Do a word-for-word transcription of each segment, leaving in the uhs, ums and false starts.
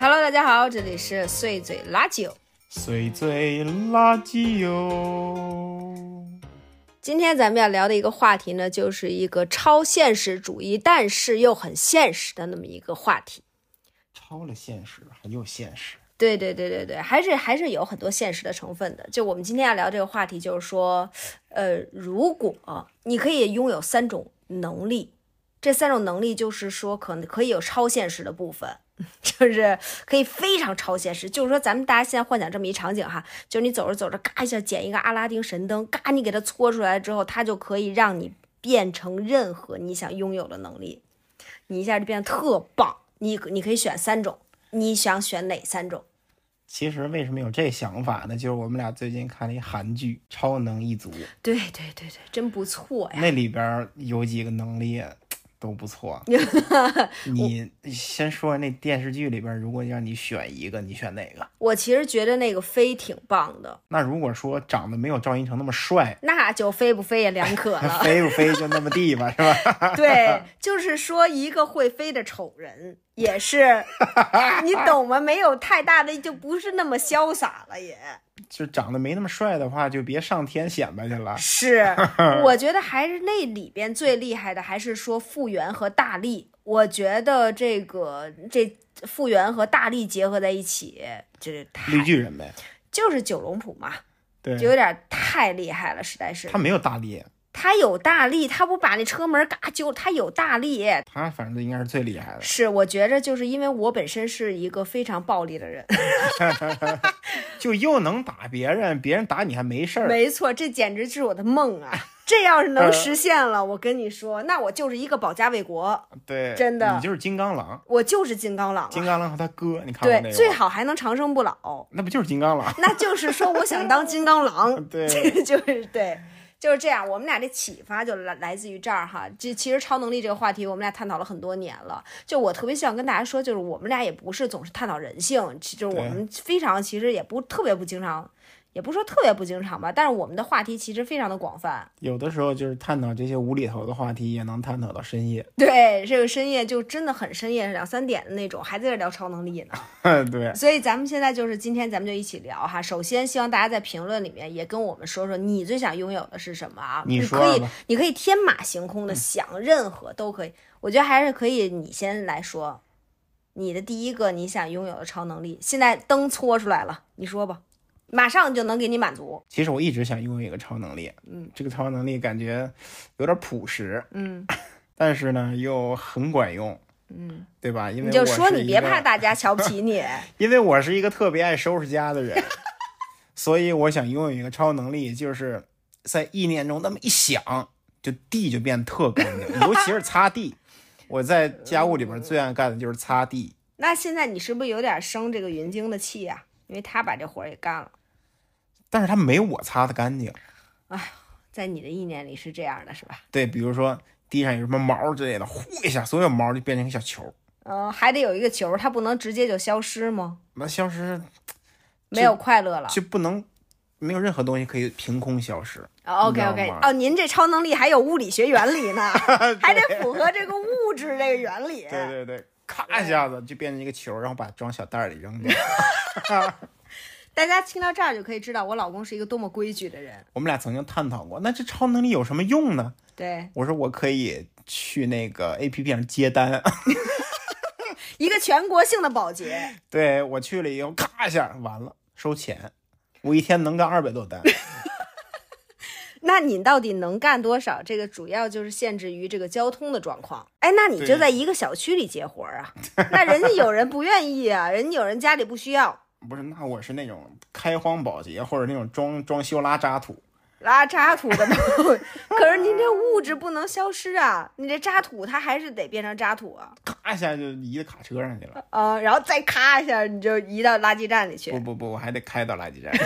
Hello， 大家好，这里是碎嘴垃圾油。 碎嘴垃圾油。 今天咱们要聊的一个话题呢，就是一个超现实主义，但是又很现实的那么一个话题。 超了现实，很有现实。 对对对对对，还是还是有很多现实的成分的。就我们今天要聊这个话题，就是说，呃，如果你可以拥有三种能力，这三种能力就是说，可能可以有超现实的部分。就是可以非常超现实，就是说咱们大家现在幻想这么一场景哈，就是你走着走着，嘎一下捡一个阿拉丁神灯，嘎你给它搓出来之后，它就可以让你变成任何你想拥有的能力，你一下就变得特棒。你你可以选三种，你想选哪三种？ 其实为什么有这想法呢？就是我们俩最近看了一韩剧《超能一族》， 对对对对，真不错呀。 那里边有几个能力都不错。你先说那电视剧里边，如果让你选一个，你选哪个？ 我其实觉得那个飞挺棒的。 那如果说长得没有赵寅成那么帅， 那就飞不飞也两可了。 飞不飞就那么地吧，是吧？ 对，就是说一个会飞的丑人也是，你懂吗？没有太大的，就不是那么潇洒了也。 就长得没那么帅的话，就别上天显摆去了。 是，我觉得还是那里边最厉害的，还是说复原和大力。我觉得这个这复原和大力结合在一起，就是绿巨人呗， 就是九龙谱嘛。 对， 就有点太厉害了，实在是。 他没有大力。 他有大力，他不把那车门嘎揪，他有大力。 他反正应该是最厉害的。 是，我觉着就是因为我本身是一个非常暴力的人， 就又能打别人，别人打你还没事儿。 没错，这简直是我的梦啊！这要是能实现了，我跟你说，那我就是一个保家卫国。 对， 真的， 你就是金刚狼。 我就是金刚狼、啊。 金刚狼和他哥，你看过那个？ 对，最好还能长生不老。 那不就是金刚狼？ 那就是说，我想当金刚狼。 对， 就是对。就是这样，我们俩这启发就来来自于这儿哈。这其实超能力这个话题，我们俩探讨了很多年了。就我特别想跟大家说，就是我们俩也不是总是探讨人性，就是我们非常其实也不特别不经常，也不是说特别不经常吧，但是我们的话题其实非常的广泛。 有的时候就是探讨这些无厘头的话题，也能探讨到深夜。 对，这个深夜就真的很深夜，两三点的那种，还在这聊超能力呢。 对， 所以咱们现在就是今天咱们就一起聊哈。首先希望大家在评论里面也跟我们说说你最想拥有的是什么啊？ 你说可以，你可以天马行空的想，嗯、任何都可以。我觉得还是可以，你先来说你的第一个你想拥有的超能力。现在灯搓出来了，你说吧。马上就能给你满足。 其实我一直想拥有一个超能力， 嗯， 这个超能力感觉有点朴实， 嗯， 但是呢又很管用， 嗯， 对吧？因为你就说你别怕大家瞧不起你， 因为我是一个特别爱收拾家的人，所以我想拥有一个超能力，就是在意念中那么一想，就地就变特干净，尤其是擦地。我在家务里边最爱干的就是擦地。 那现在你是不是有点生这个云晶的气呀、啊？因为他把这活也干了。 但是他没我擦的干净， 哎，在你的意念里是这样的，是吧？ 对，比如说地上有什么毛之类的，呼一下，所有毛就变成一个小球。 嗯、呃，还得有一个球，它不能直接就消失吗？ 那消失没有快乐了， 就不能没有任何东西可以凭空消失。 哦、OK OK， 哦，您这超能力还有物理学原理呢，还得符合这个物质这个原理。 对对对，咔一下子就变成一个球，然后把装小袋里扔掉。 大家听到这儿就可以知道我老公是一个多么规矩的人。 我们俩曾经探讨过，那这超能力有什么用呢？ 对， 我说我可以去那个 A P P 上接单， 一个全国性的保洁。 对，我去了以后，咔一下完了收钱，我一天能干二百多单。 那你到底能干多少？这个主要就是限制于这个交通的状况。哎，那你就在一个小区里接活啊？那人家有人不愿意啊，人家有人家里不需要。 不是，那我是那种开荒保洁，或者那种装装修拉渣土， 拉渣土的。可是您这物质不能消失啊，你这渣土它还是得变成渣土啊。 咔一下就移到卡车上去了， 呃，然后再咔一下你就移到垃圾站里去。 不不不，我还得开到垃圾站。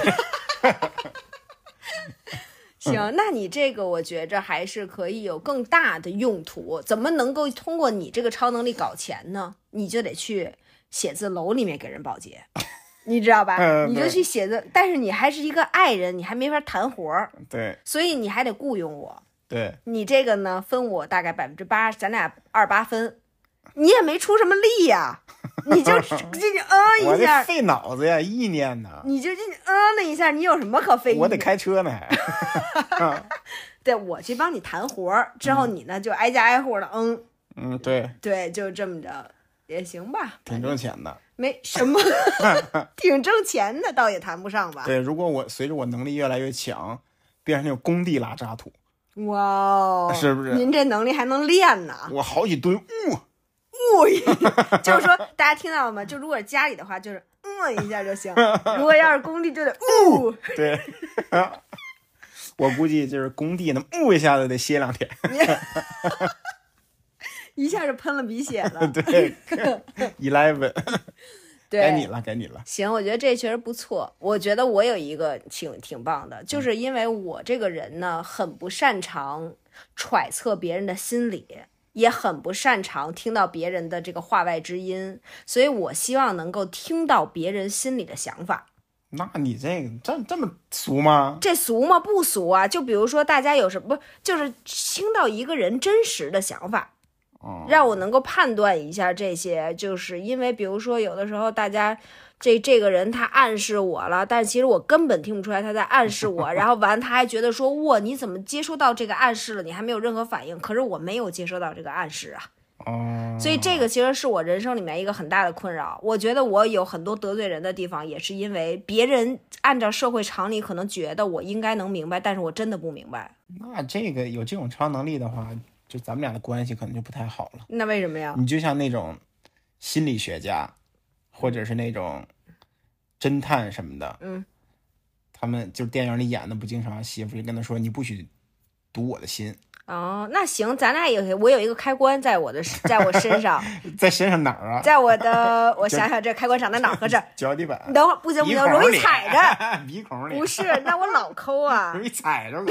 行，那你这个我觉着还是可以有更大的用途。怎么能够通过你这个超能力搞钱呢？你就得去写字楼里面给人保洁。你知道吧、嗯、你就去写字，但是你还是一个爱人，你还没法谈活。 对， 所以你还得雇佣我。 对， 你这个呢分我大概百分之八，咱俩二八分，你也没出什么力呀、啊。 你就进去嗯我一下这，费脑子呀，意念呢， 你就进去嗯了一下，你有什么可费意？ 我得开车呢还。 对，我去帮你谈活儿，之后你呢就挨家挨户的嗯， 嗯，对， 对，就这么着也行吧， 挺挣钱的。 没什么，挺挣钱的，倒也谈不上吧。 对，如果我随着我能力越来越强，变成那种工地拉渣土， 哇哦， 是不是您这能力还能练呢？ 我好几吨雾， 呜，就是说大家听到了吗？就如果是家里的话，就是嗯一下就行；如果要是工地，就得呜。 对，我估计就是工地那么呜一下子得歇两天。 一下就喷了鼻血了。 对，eleven， 对， 该你了，该你了。 行，我觉得这确实不错。我觉得我有一个挺挺棒的，就是因为我这个人呢，很不擅长揣测别人的心理，也很不擅长听到别人的这个话外之音，所以我希望能够听到别人心里的想法。 那你这个这这么俗吗？ 这俗吗？不俗啊。就比如说大家有什么，就是听到一个人真实的想法。让我能够判断一下这些，就是因为比如说有的时候大家这这个人他暗示我了，但其实我根本听不出来他在暗示我，然后完他还觉得说哇你怎么接收到这个暗示了，你还没有任何反应，可是我没有接收到这个暗示啊。 哦， 所以这个其实是我人生里面一个很大的困扰。我觉得我有很多得罪人的地方，也是因为别人按照社会常理可能觉得我应该能明白，但是我真的不明白。 那这个有这种超能力的话，就咱们俩的关系可能就不太好了。 那为什么呀？ 你就像那种心理学家，或者是那种侦探什么的， 嗯， 他们就是电影里演的，不经常媳妇就跟他说：“你不许读我的心。” 哦，那行，咱俩有我有一个开关在我的在我身上， 在身上哪儿啊？ 在我的，我想想这开关长在哪儿合适？ 脚底板。 你等会儿不行不行，容易踩着。 鼻孔里。 不是，那我老抠啊。 容易踩着我。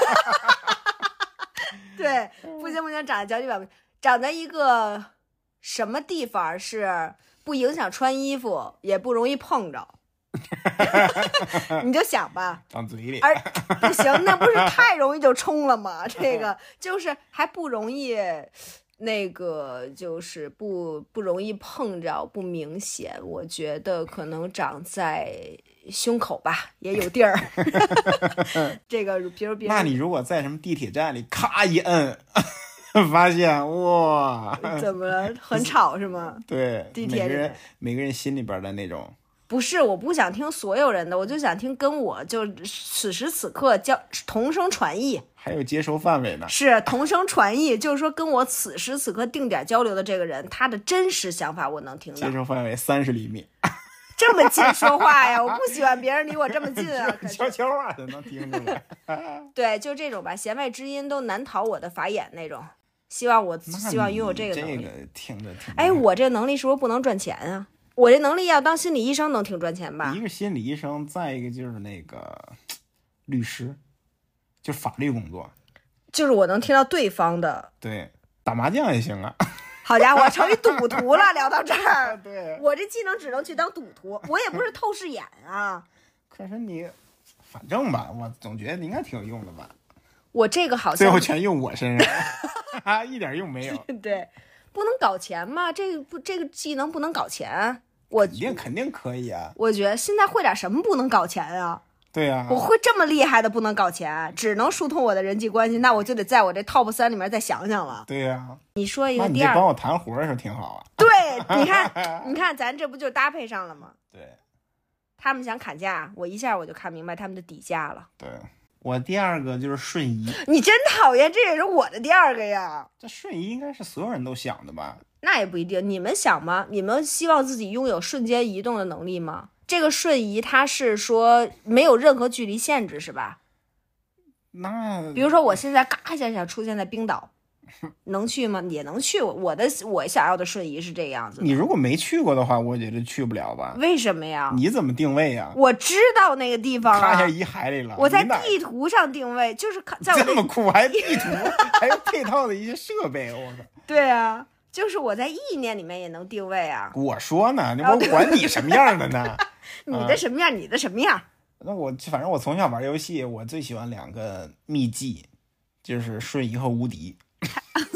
对，不行不行，长在脚底板，长在一个什么地方是不影响穿衣服，也不容易碰着。你就想吧， 长嘴里。 而不行，那不是太容易就冲了吗？这个就是还不容易，那个就是不不容易碰着，不明显。我觉得可能长在胸口吧，也有地儿。这个比如别人， 那你如果在什么地铁站里咔一摁，发现哇， 怎么了？很吵是吗？ 对， 地铁里每个人每个人心里边的那种。 不是，我不想听所有人的，我就想听跟我就此时此刻交同声传译， 还有接收范围呢。 是同声传译，就是说跟我此时此刻定点交流的这个人，他的真实想法我能听到。 接收范围三十厘米， 这么近说话呀？我不喜欢别人离我这么近啊， 悄悄话都能听出来。 对，就这种吧，弦外之音都难逃我的法眼那种。希望我希望拥有这个能力。 这个听着挺…… 哎，我这能力是不是不能赚钱啊？我这能力要当心理医生能挺赚钱吧？ 一个心理医生，再一个就是那个律师，就是法律工作， 就是我能听到对方的。 对，打麻将也行啊。 好家伙，成一赌徒了。聊到这儿， 对， 我这技能只能去当赌徒，我也不是透视眼啊。 可是你，反正吧，我总觉得应该挺有用的吧。 我这个好像最后全用我身上，一点用没有。 对，不能搞钱嘛，这个不，这个技能不能搞钱。我肯定肯定可以啊！ 我觉得现在会点什么不能搞钱啊？ 对呀、啊， 我会这么厉害的不能搞钱，只能疏通我的人际关系，那我就得在我这 top 三里面再想想了。 对呀、啊， 你说一个第二， 那你帮我谈活的时候挺好啊。 对，你看，你看，咱这不就搭配上了吗？ 对， 他们想砍价，我一下我就看明白他们的底价了。 对，我第二个就是瞬移。 你真讨厌，这也是我的第二个呀。 这瞬移应该是所有人都想的吧？ 那也不一定，你们想吗？你们希望自己拥有瞬间移动的能力吗？这个瞬移它是说没有任何距离限制是吧？ 那比如说我现在嘎一下想出现在冰岛，能去吗？也能去。我的我想要的瞬移是这样子的。 你如果没去过的话，我觉得去不了吧？ 为什么呀？ 你怎么定位呀？ 我知道那个地方了， 咔一下移海里了。 我在地图上定位，就是在我这么酷，还地图，还有配套的一些设备，我靠！ 对啊。就是我在意念里面也能定位啊！ 我说呢，我管你什么样的呢？ 你的什么样？你的什么样？ 那我反正我从小玩游戏，我最喜欢两个秘技，就是瞬移和无敌。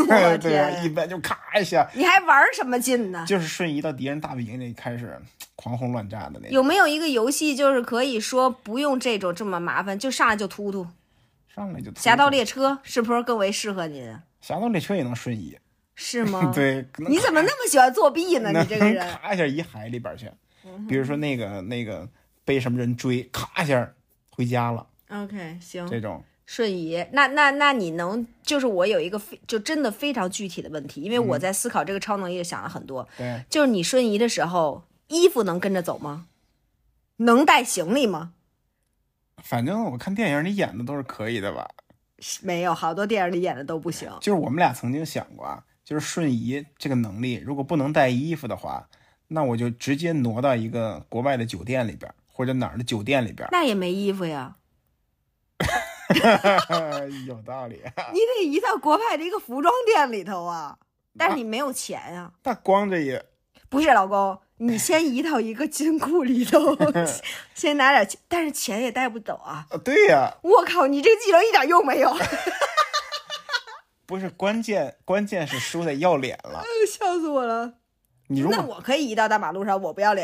我对啊， 天， 一般就咔一下， 你还玩什么劲呢？ 就是瞬移到敌人大本营里开始狂轰乱炸的那种。 有没有一个游戏就是可以说不用这种这么麻烦，就上来就突突？ 上来就侠盗猎车是不是更为适合你？ 侠盗猎车也能瞬移， 是吗？ 对， 你怎么那么喜欢作弊呢？你这个人， 咔一下移海里边去。比如说那个那个被什么人追，咔一下回家了。 OK， 行， 这种瞬移，那那那你能就是我有一个非就真的非常具体的问题，因为我在思考这个超能力想了很多。 对， 就是你瞬移的时候，衣服能跟着走吗？能带行李吗？ 反正我看电影里演的都是可以的吧。 没有，好多电影里演的都不行。 就是我们俩曾经想过啊，就是瞬移这个能力，如果不能带衣服的话，那我就直接挪到一个国外的酒店里边，或者哪儿的酒店里边。 那也没衣服呀。 有道理、啊， 你得移到国外的一个服装店里头啊，但是你没有钱呀、 啊。那光着也不是，老公，你先移到一个金库里头，先拿点钱，但是钱也带不走啊。 啊对呀、啊， 我靠，你这个技能一点用没有。 不是关键，关键是输在要脸了， 笑死我了。 你如果那我可以移到大马路上，我不要脸。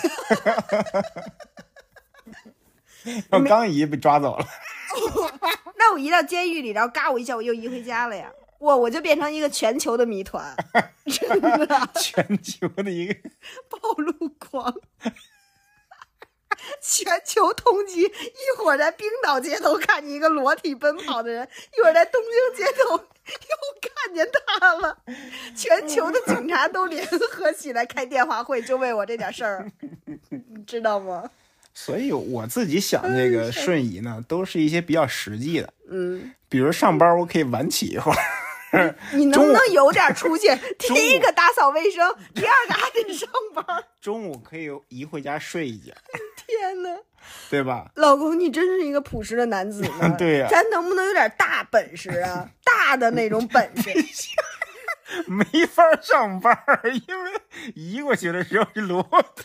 我刚移被抓走了。 那我移到监狱里，然后嘎我一下，我又移回家了呀。我我就变成一个全球的谜团，真的， 全球的一个暴露狂，全球通缉。一会儿在冰岛街头看见一个裸体奔跑的人，一会儿在东京街头又看见他了。全球的警察都联合起来开电话会，就为我这点事儿，你知道吗？ 所以我自己想这个瞬移呢，都是一些比较实际的。 嗯， 比如上班我可以晚起一会儿。 你能不能有点出息？第一个打扫卫生，第二个还得上班。 中午可以移回家睡一觉。 天哪， 对吧？ 老公，你真是一个朴实的男子呢。 对呀、啊， 咱能不能有点大本事啊？大的那种本事。 没法上班，因为移过去的时候是裸体。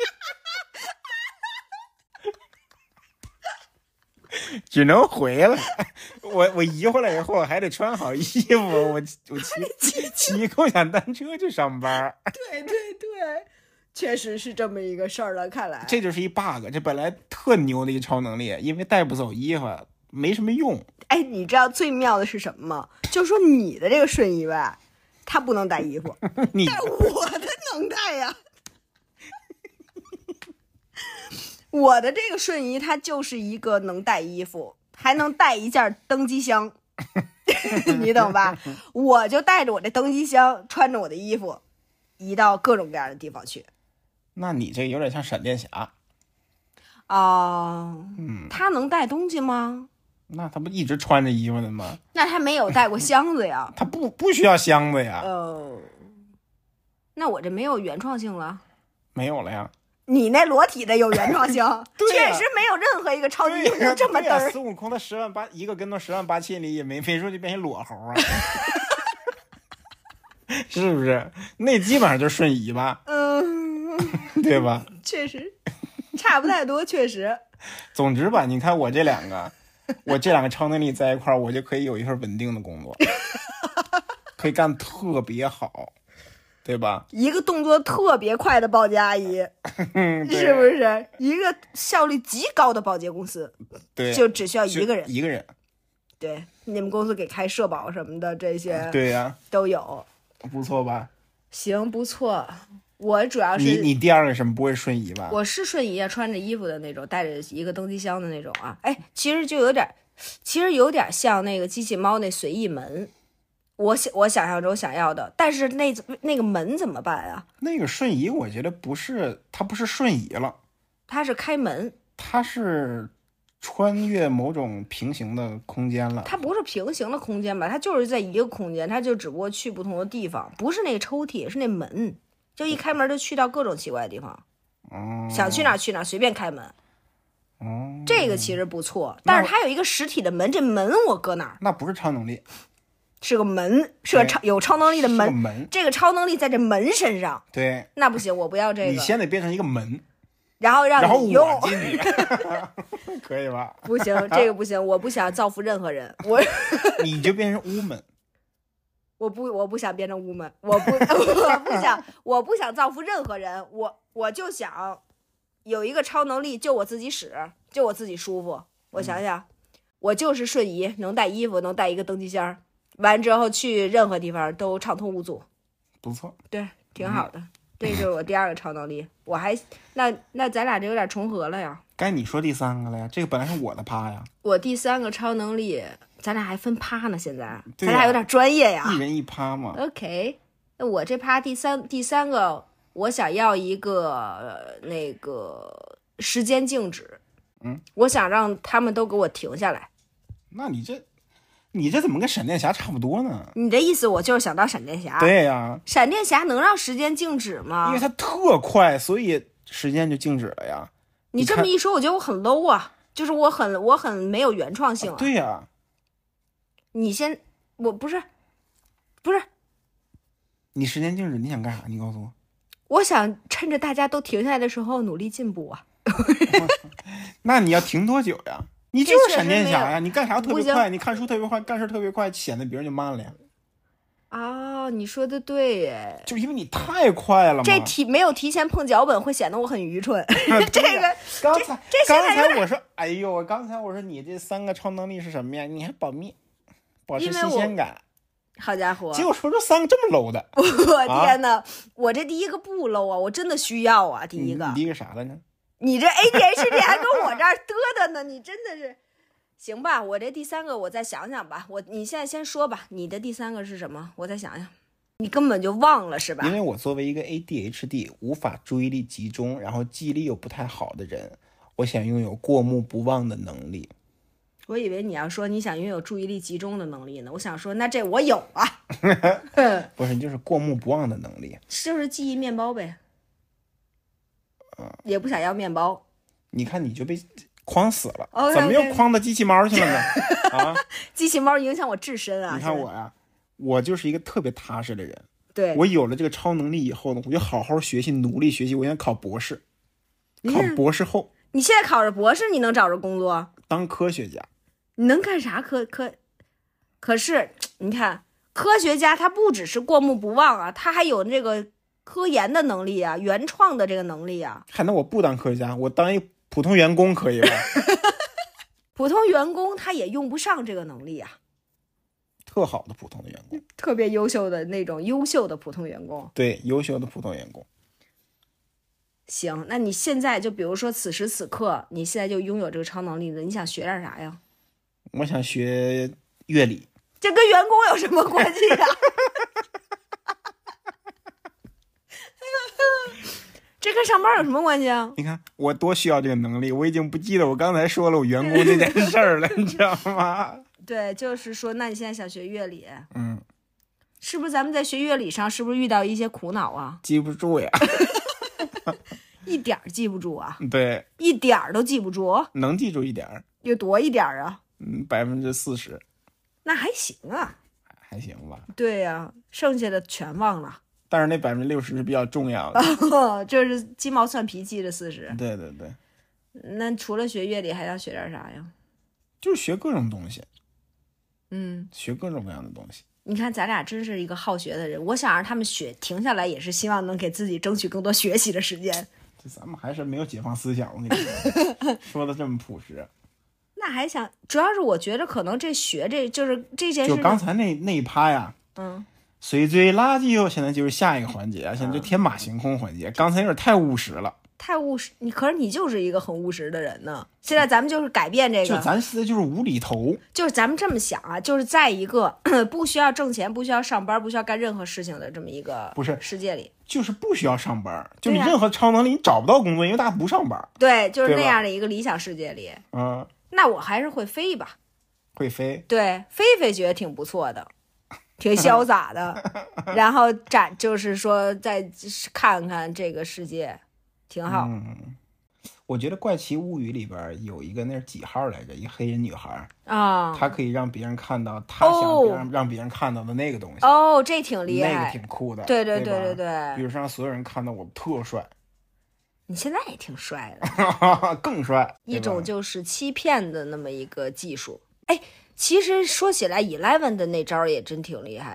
只能回来，我我移回来以后还得穿好衣服，我我骑骑共享单车去上班。 对对对，确实是这么一个事儿了。看来这就是一 bug， 这本来特牛的一超能力，因为带不走衣服，没什么用。 哎，你知道最妙的是什么吗？就是说你的这个瞬移吧，它不能带衣服， 你但我的能带呀。我的这个瞬移，它就是一个能带衣服，还能带一件登机箱，你懂吧？我就带着我这登机箱，穿着我的衣服，移到各种各样的地方去。 那你这有点像闪电侠哦、呃， 嗯， 他能带东西吗？ 那他不一直穿着衣服的吗？ 那他没有带过箱子呀。 他不不需要箱子呀。 呃，那我这没有原创性了。 没有了呀。 你那裸体的有原创性， 对确实没有任何一个超级英雄这么嘚儿。 孙悟空他十万八一个跟头十万八千里也没没说就变成裸猴啊，是不是？那基本上就是瞬移吧， 嗯， 对吧？ 确实差不太多，确实。 总之吧，你看我这两个，我这两个超能力在一块儿，我就可以有一份稳定的工作，可以干特别好。对吧？ 一个动作特别快的保洁阿姨， 嗯， 是不是？一个效率极高的保洁公司， 对， 就只需要一个人， 一个人。 对，你们公司给开社保什么的，这些对呀、啊， 都有， 不错吧？ 行，不错。我主要是你你第二个什么不会瞬移吧？ 我是瞬移啊，穿着衣服的那种，带着一个登机箱的那种啊。哎，其实就有点，其实有点像那个机器猫那随意门。我想我想象中想要的，但是那那个门怎么办啊？ 那个瞬移，我觉得不是，它不是瞬移了， 它是开门， 它是穿越某种平行的空间了。 它不是平行的空间吧？它就是在一个空间，它就只不过去不同的地方，不是那个抽屉，是那门，就一开门就去到各种奇怪的地方。 哦， 想去哪儿去哪儿，随便开门。 哦， 这个其实不错，但是它有一个实体的门，这门我搁哪儿？ 那不是超能力。 是个门，是个超有超能力的门。 门， 这个超能力在这门身上。 对， 那不行，我不要这个。 你先得变成一个门， 然后让你用， 然后我进去，可以吧？ 不行，这个不行，我不想造福任何人。我你就变成屋门， 我不我不想变成 woman， 我不我不想我不想造福任何人，我我就想有一个超能力，就我自己使，就我自己舒服。我想想，嗯、我就是瞬移，能带衣服，能带一个登机箱，完之后去任何地方都畅通无阻。 不错， 对，挺好的。嗯、这就是我第二个超能力。我还那那咱俩这有点重合了呀。 该你说第三个了呀，这个本来是我的趴呀。 我第三个超能力。咱俩还分趴呢，现在、啊、 咱俩还有点专业呀， 一人一趴嘛。 OK， 那我这趴第三第三个，我想要一个、呃、那个时间静止， 嗯， 我想让他们都给我停下来。 那你这，你这怎么跟闪电侠差不多呢？ 你的意思我就是想当闪电侠？ 对呀、啊， 闪电侠能让时间静止吗？ 因为他特快，所以时间就静止了呀。 你这么一说，我觉得我很 low 啊，就是我很我很没有原创性啊。 啊对呀、啊。 你先，我不是，不是， 你时间静止，你想干啥？你告诉我。 我想趁着大家都停下来的时候努力进步啊。 那你要停多久呀？你就是闪电侠呀，你干啥特别快，你看书特别快，干事特别快，显得别人就慢了呀。 啊、哦，你说的对耶， 就因为你太快了嘛。 这提没有提前碰脚本，会显得我很愚蠢。这个刚才这刚才我说，哎呦，我刚才我说你这三个超能力是什么呀？你还保密。保持新鲜感， 好家伙！ 结果说出三个这么 low 的， 我天哪！啊、我这第一个不 low 啊，我真的需要啊，第一个。 你第一个啥了呢？ 你这 A D H D 还跟我这儿嘚嘚呢，你真的是行吧？我这第三个我再想想吧。我你现在先说吧，你的第三个是什么？我再想想。你根本就忘了是吧？ 因为我作为一个 A D H D 无法注意力集中，然后记忆力又不太好的人，我想拥有过目不忘的能力。 我以为你要说你想拥有注意力集中的能力呢，我想说那这我有啊。 不是，就是过目不忘的能力， 就是记忆面包呗。 嗯， 也不想要面包。 你看你就被框死了， okay, 怎么又框到机器猫去了呢？啊， 机器猫影响我自身啊！ 你看我呀，我就是一个特别踏实的人。 对， 我有了这个超能力以后呢，我就好好学习，努力学习，我想考博士，考博士后。 你现在考着博士，你能找着工作？ 当科学家。 你能干啥科科？可是你看，科学家他不只是过目不忘啊，他还有这个科研的能力啊，原创的这个能力啊。 还能我不当科学家，我当一普通员工可以吧？ 普通员工他也用不上这个能力啊。 特好的普通的员工， 特别优秀的那种优秀的普通员工。 对，优秀的普通员工。 行，那你现在就比如说此时此刻，你现在就拥有这个超能力了，你想学点啥呀？ 我想学乐理。 这跟员工有什么关系啊？这跟上班有什么关系啊？ 你看我多需要这个能力，我已经不记得我刚才说了我员工这件事儿了，你知道吗？ 对，就是说，那你现在想学乐理， 嗯， 是不是咱们在学乐理上是不是遇到一些苦恼啊？ 记不住呀。 一点儿记不住啊？ 对， 一点儿都记不住。 能记住一点儿， 有多一点儿啊？ 嗯，百分之四十。 那还行啊， 还行吧。 对呀、啊，剩下的全忘了。 但是那百分之六十是比较重要的。 哦，这是鸡毛蒜皮记的四十。 对对对。 那除了学乐理，还要学点啥呀？ 就是学各种东西。 嗯， 学各种各样的东西。 你看咱俩真是一个好学的人，我想让他们学停下来，也是希望能给自己争取更多学习的时间。 这咱们还是没有解放思想，我跟你说，说的这么朴实。 那还想，主要是我觉得可能这学这就是这件事， 就刚才那那一趴呀， 嗯， 随追垃圾哦，现在就是下一个环节，现在就天马行空环节。刚才有点太务实了。 太务实，你可是你就是一个很务实的人呢。现在咱们就是改变这个， 就咱现在就是无厘头， 就是咱们这么想啊，就是在一个不需要挣钱、不需要上班、不需要干任何事情的这么一个不是世界里， 就是不需要上班，就你任何超能力你找不到工作，因为大家不上班。 对，就是那样的一个理想世界里。 嗯， 那我还是会飞吧， 会飞， 对，飞飞觉得挺不错的。挺潇洒的，然后展就是说再看看这个世界，挺好。 嗯，我觉得《怪奇物语》里边有一个那是几号来着？一个黑人女孩啊， 她可以让别人看到她想别人、哦、让别人看到的那个东西。 哦，这挺厉害， 那个挺酷的。 对对对对对对， 比如说让所有人看到我特帅。 你现在也挺帅的， 更帅。 一种就是欺骗的那么一个技术。哎。其实说起来 ，Eleven 的那招也真挺厉害的。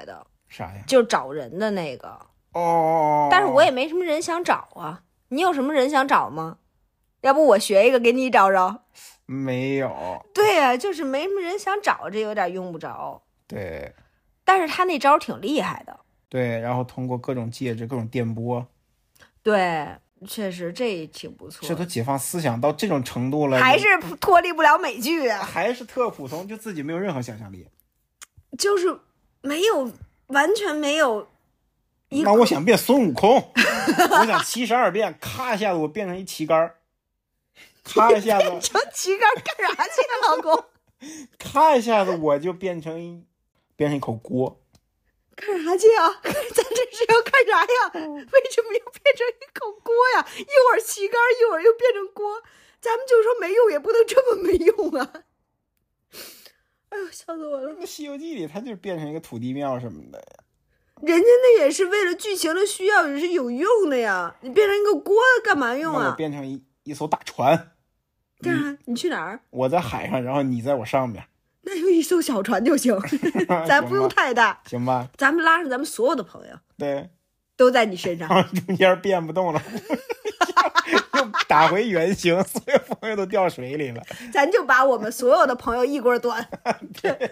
啥呀？ 就是找人的那个。 哦， 但是我也没什么人想找啊。你有什么人想找吗？要不我学一个给你找找。 没有。 对呀、啊，就是没什么人想找，这有点用不着。 对。 但是他那招挺厉害的。 对，然后通过各种介质、各种电波。 对，确实这挺不错。 这都解放思想到这种程度了， 还是脱离不了美剧啊， 还是特普通，就自己没有任何想象力， 就是没有，完全没有。 那我想变孙悟空，我想七十二变，咔一下子我变成一旗杆，咔一下子变成旗杆干啥去了，老公？ 咔一下子我就变成一变成一口锅。 干啥去啊？咱这是要干啥呀？为什么要变成一口锅呀？一会儿旗杆，一会儿又变成锅，咱们就说没用，也不能这么没用啊！哎呦，笑死我了！ 那《西游记》里，他就是变成一个土地庙什么的呀。 人家那也是为了剧情的需要，也是有用的呀。你变成一个锅干嘛用啊？ 那我变成一一艘大船。 干啥？你去哪儿？ 我在海上，然后你在我上面。 那有一艘小船就行，咱不用太大， 行吧？ 咱们拉上咱们所有的朋友， 对， 都在你身上， 中间变不动了，又打回原形，所有朋友都掉水里了， 咱就把我们所有的朋友一锅端。对，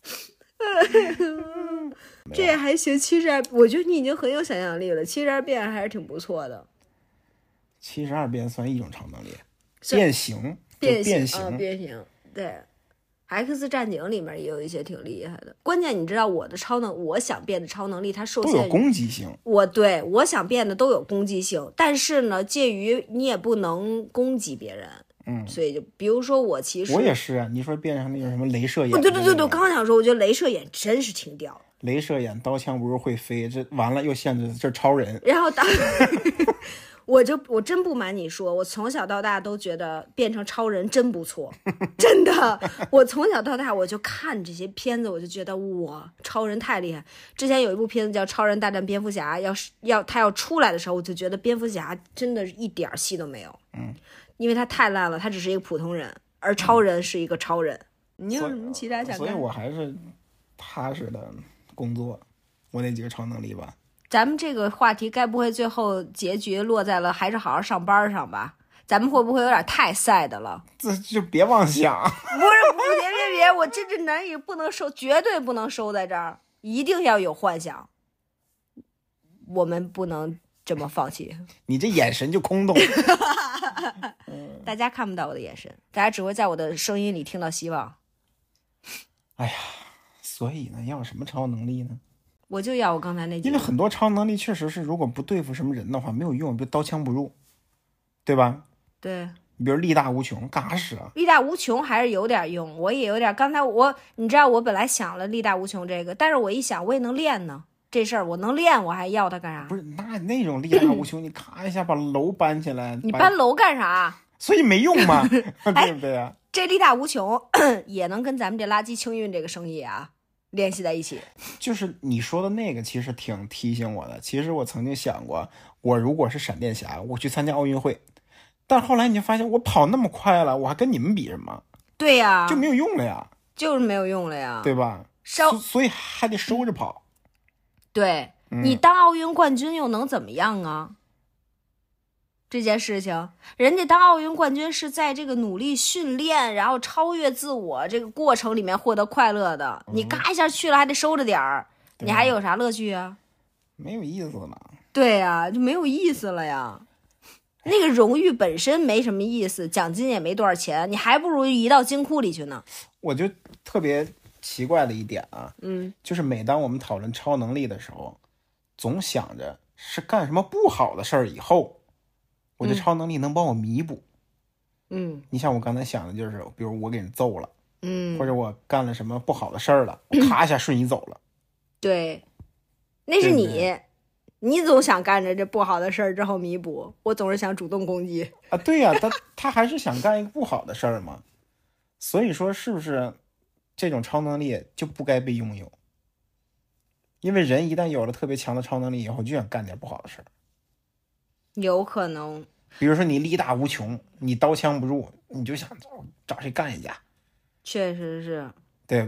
这也还行，七十二，我觉得你已经很有想象力了，七十二变还是挺不错的。 七十二变算一种超能力，变形， 变形，变形， 啊、变形，对。X 战警里面也有一些挺厉害的，关键你知道我的超能，我想变的超能力它受限于都有攻击性。 我对我想变的都有攻击性，但是呢，介于你也不能攻击别人， 嗯， 所以就比如说我其实我也是啊，你说变成那种什么镭射眼， 对对对对，我刚刚想说，我觉得镭射眼真是挺屌。 镭射眼刀枪不入会飞，这完了又限制这超人。 然后当我就我真不瞒你说，我从小到大都觉得变成超人真不错，真的。我从小到大我就看这些片子，我就觉得哇，超人太厉害。之前有一部片子叫《超人大战蝙蝠侠》，要是要他要出来的时候，我就觉得蝙蝠侠真的一点戏都没有， 嗯， 因为他太烂了，他只是一个普通人，而超人是一个超人。嗯、你有什么其他想干？ 所以我还是踏实的工作，我那几个超能力吧。 咱们这个话题该不会最后结局落在了还是好好上班上吧？咱们会不会有点太 sad 了？ 这就别妄想。 不是，不是，别别别，我真是难以不能收，绝对不能收在这儿，一定要有幻想。我们不能这么放弃。 你这眼神就空洞。 大家看不到我的眼神，大家只会在我的声音里听到希望。 哎呀，所以呢，要什么超能力呢？ 我就要我刚才那几个， 因为很多超能力确实是，如果不对付什么人的话没有用，比如刀枪不入，对吧？ 对， 比如力大无穷，干啥使啊？ 力大无穷还是有点用，我也有点。刚才我，你知道我本来想了力大无穷这个，但是我一想，我也能练呢，这事儿我能练，我还要它干啥？ 不是，那那种力大无穷，你咔一下把楼搬起来， 你搬楼干啥？ 所以没用嘛，对不对啊？ 这力大无穷也能跟咱们这垃圾清运这个生意啊联系在一起。 就是你说的那个，其实挺提醒我的。其实我曾经想过，我如果是闪电侠，我去参加奥运会，但后来你就发现，我跑那么快了，我还跟你们比什么？ 对呀、啊， 就没有用了呀， 就是没有用了呀， 对吧？ 收， 所以还得收着跑。 对、 嗯、 你当奥运冠军又能怎么样啊？这件事情，人家当奥运冠军是在这个努力训练，然后超越自我这个过程里面获得快乐的。你嘎一下去了，还得收着点儿，你还有啥乐趣啊？ 没有意思了。 对呀、啊，就没有意思了呀。那个荣誉本身没什么意思，奖金也没多少钱，你还不如移到金库里去呢。 我就特别奇怪的一点啊， 嗯， 就是每当我们讨论超能力的时候，总想着是干什么不好的事儿以后。我的超能力能帮我弥补， 嗯， 你像我刚才想的就是，比如我给人揍了， 嗯， 或者我干了什么不好的事儿了，我咔一下瞬移走了， 对，那是你， 对对你总想干着这不好的事儿之后弥补，我总是想主动攻击啊，对呀、啊，他他还是想干一个不好的事儿嘛，所以说是不是这种超能力就不该被拥有？因为人一旦有了特别强的超能力以后，就想干点不好的事儿。 有可能， 比如说你力大无穷，你刀枪不入，你就想找找谁干一架， 确实是， 对不对？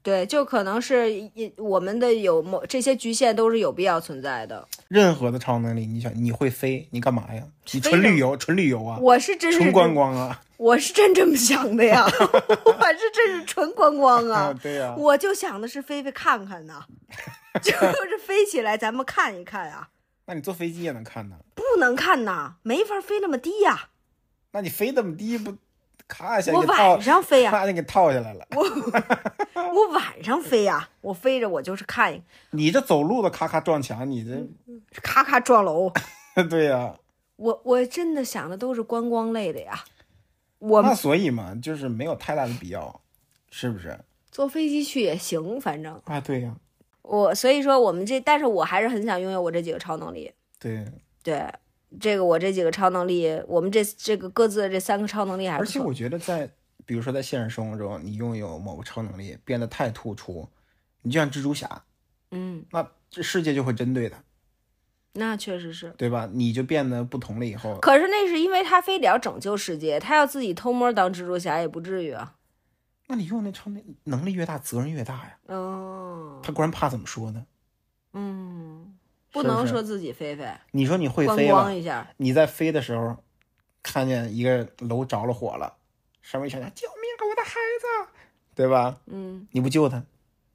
对，就可能是我们的有某这些局限都是有必要存在的。 任何的超能力，你想你会飞，你干嘛呀？你纯旅游，纯旅游啊！ 我是真是纯观光啊！ 我是真这么想的呀，我是真是纯观光啊！ 啊对呀、啊， 我就想的是飞飞看看呢，就是飞起来咱们看一看啊。 那你坐飞机也能看呢？ 不能看呐，没法飞那么低呀、啊。 那你飞那么低不？咔一下我晚上飞呀、 啊，咔就给套下来了。 我我晚上飞呀、啊，我飞着我就是看。 你这走路的咔咔撞墙，你这咔咔撞楼。 对呀、啊， 我我真的想的都是观光类的呀。我那所以嘛，就是没有太大的必要，是不是？ 坐飞机去也行，反正啊，对呀、啊。 我所以说我们这，但是我还是很想拥有我这几个超能力。 对对。这个我这几个超能力，我们这这个各自的这三个超能力还是， 而且我觉得在比如说在现实生活中，你拥有某个超能力变得太突出，你就像蜘蛛侠， 嗯， 那这世界就会针对他， 那确实是， 对吧？你就变得不同了以后， 可是那是因为他非得要拯救世界，他要自己偷摸当蜘蛛侠也不至于啊。 那你用那超能能力越大，责任越大呀。 哦， 他官怕怎么说呢？ 嗯。不能说自己飞飞， 你说你会飞了， 观光一下。 你在飞的时候，看见一个楼着了火了，上面一小孩救命，我的孩子，对吧？ 嗯， 你不救他，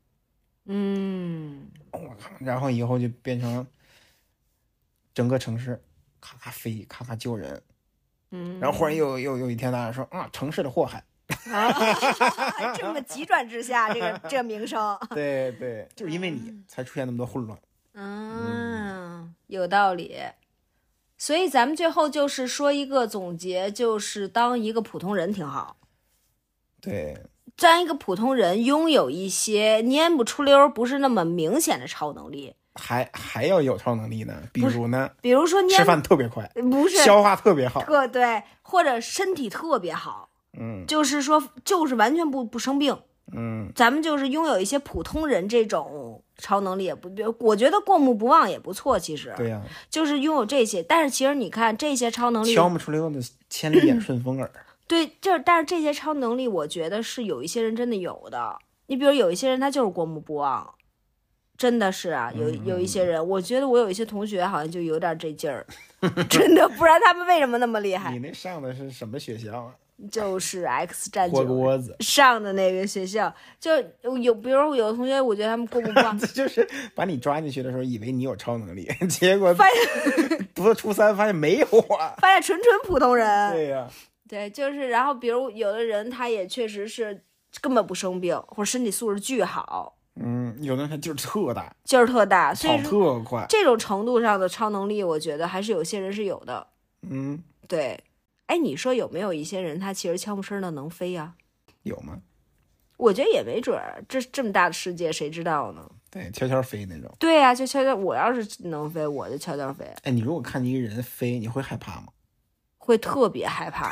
嗯， 我靠，然后以后就变成整个城市咔咔飞，咔咔救人， 嗯， 然后忽然又又有一天大家说啊，城市的祸害。 啊、这么急转直下，这个这个名声， 对对，就是因为你才出现那么多混乱。 嗯，有道理。所以咱们最后就是说一个总结，就是当一个普通人挺好。 对， 当一个普通人拥有一些蔫不出溜、不是那么明显的超能力， 还还要有超能力呢，比如呢， 比如说吃饭特别快， 不是消化特别好， 特对，或者身体特别好， 嗯， 就是说就是完全不不生病。 嗯， 咱们就是拥有一些普通人这种超能力也不，我觉得过目不忘也不错。其实， 对呀、啊， 就是拥有这些，但是其实你看这些超能力， 悄不出溜的千里眼顺风耳。 对，就是但是这些超能力，我觉得是有一些人真的有的。你比如有一些人他就是过目不忘，真的是啊，有有一些人，我觉得我有一些同学好像就有点这劲儿，真的，不然他们为什么那么厉害？ 你那上的是什么学校啊？ 就是 X 战火锅子上的那个学校，就有，比如有的同学，我觉得他们过目不忘， 这就是把你抓进去的时候，以为你有超能力，结果发现读到初三发现没有啊， 发现纯纯普通人。 对呀、啊， 对，就是然后比如有的人他也确实是根本不生病，或者身体素质巨好， 嗯，有的人他劲儿特大， 劲儿特大，所以跑特快， 这种程度上的超能力，我觉得还是有些人是有的。 嗯， 对。哎，你说有没有一些人他其实悄没声的能飞呀、啊？ 有吗？ 我觉得也没准儿，这这么大的世界谁知道呢？ 对，悄悄飞那种。 对呀、啊，就悄悄。我要是能飞，我就悄悄飞。 哎，你如果看见一个人飞，你会害怕吗？ 会特别害怕，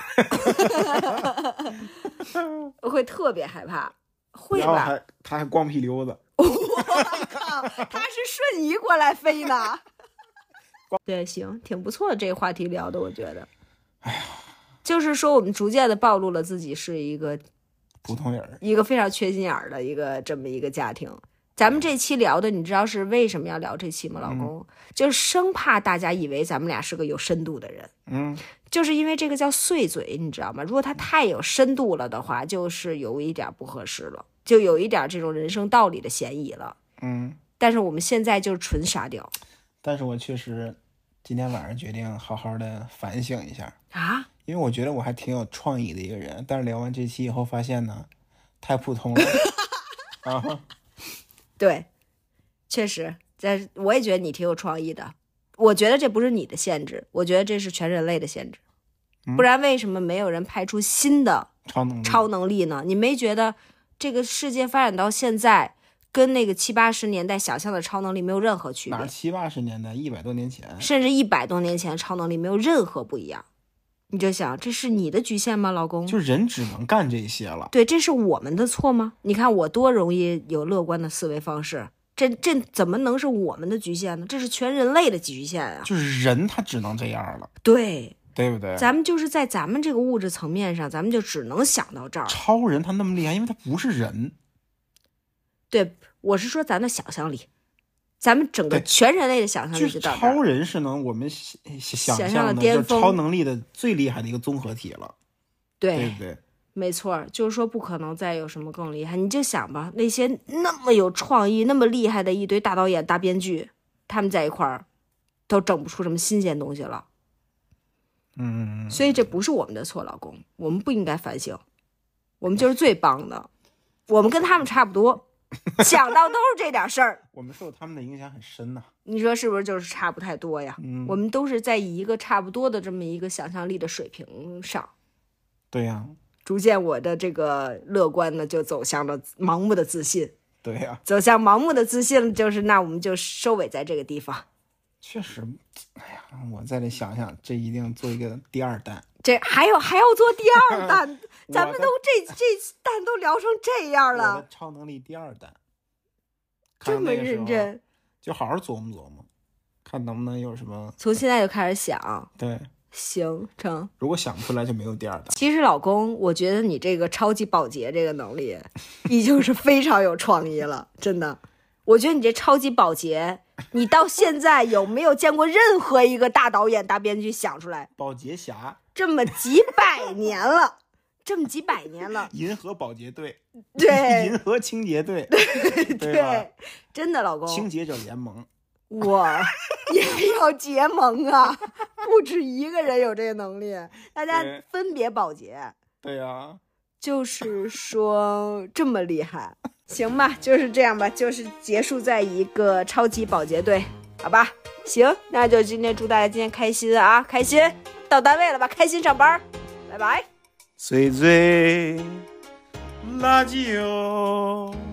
会特别害怕，会吧？ 然后还他还光屁溜子。 我靠，他是瞬移过来飞呢。对，行，挺不错的，这个话题聊的，我觉得。 哎呀， 就是说我们逐渐的暴露了自己是一个普通人， 一个非常缺心眼儿的一个这么一个家庭。咱们这期聊的，你知道是为什么要聊这期吗，老公？嗯、就是生怕大家以为咱们俩是个有深度的人。 嗯， 就是因为这个叫碎嘴，你知道吗？如果他太有深度了的话，就是有一点不合适了，就有一点这种人生道理的嫌疑了。 嗯， 但是我们现在就是纯傻屌。 但是我确实今天晚上决定好好的反省一下啊， 因为我觉得我还挺有创意的一个人，但是聊完这期以后发现呢，太普通了啊。 对，确实，在我也觉得你挺有创意的。我觉得这不是你的限制，我觉得这是全人类的限制。不然为什么没有人派出新的超能力超能力呢？你没觉得这个世界发展到现在，跟那个七八十年代想象的超能力没有任何区别？ 哪七八十年代，一百多年前， 甚至一百多年前，超能力没有任何不一样。你就想，这是你的局限吗，老公？ 就人只能干这些了。 对，这是我们的错吗？你看我多容易有乐观的思维方式，这这怎么能是我们的局限呢？这是全人类的局限啊！ 就是人他只能这样了， 对对不对？ 咱们就是在咱们这个物质层面上，咱们就只能想到这儿。 超人他那么厉害，因为他不是人。 对，我是说咱的想象力，咱们整个全人类的想象力就到这儿。 超人是能我们想想象的巅峰， 就是超能力的最厉害的一个综合体了。 对， 对不对？ 没错，就是说不可能再有什么更厉害。你就想吧，那些那么有创意、那么厉害的一堆大导演、大编剧，他们在一块儿都整不出什么新鲜东西了。 嗯， 所以这不是我们的错，老公，我们不应该反省，我们就是最棒的，我们跟他们差不多，想到都是这点事儿。 我们受他们的影响很深呐、啊， 你说是不是？就是差不太多呀、 嗯。 我们都是在以一个差不多的这么一个想象力的水平上。 对呀、啊。 逐渐我的这个乐观呢，就走向了盲目的自信。 对呀、啊， 走向盲目的自信，就是那我们就收尾在这个地方。 确实，哎呀，我再来想想，这一定做一个第二弹。 这还有还要做第二弹，咱们都这这弹都聊成这样了。 我的超能力第二弹， 这么认真， 就好好琢磨琢磨，看能不能有什么。 从现在就开始想。 对。 行成， 如果想不出来就没有第二弹。 其实老公，我觉得你这个超级保洁这个能力已经是非常有创意了，真的。我觉得你这超级保洁，你到现在有没有见过任何一个大导演、大编剧想出来？ 保洁侠， 这么几百年了，这么几百年了。 银河保洁队， 对， 银河清洁队， 对对对，真的，老公， 清洁者联盟。 我也要结盟啊！不止一个人有这个能力，大家分别保洁。 对呀、啊， 就是说这么厉害，行吧，就是这样吧，就是结束在一个超级保洁队，好吧？行，那就今天祝大家今天开心啊，开心到单位了吧，开心上班，拜拜。 最最垃圾哦。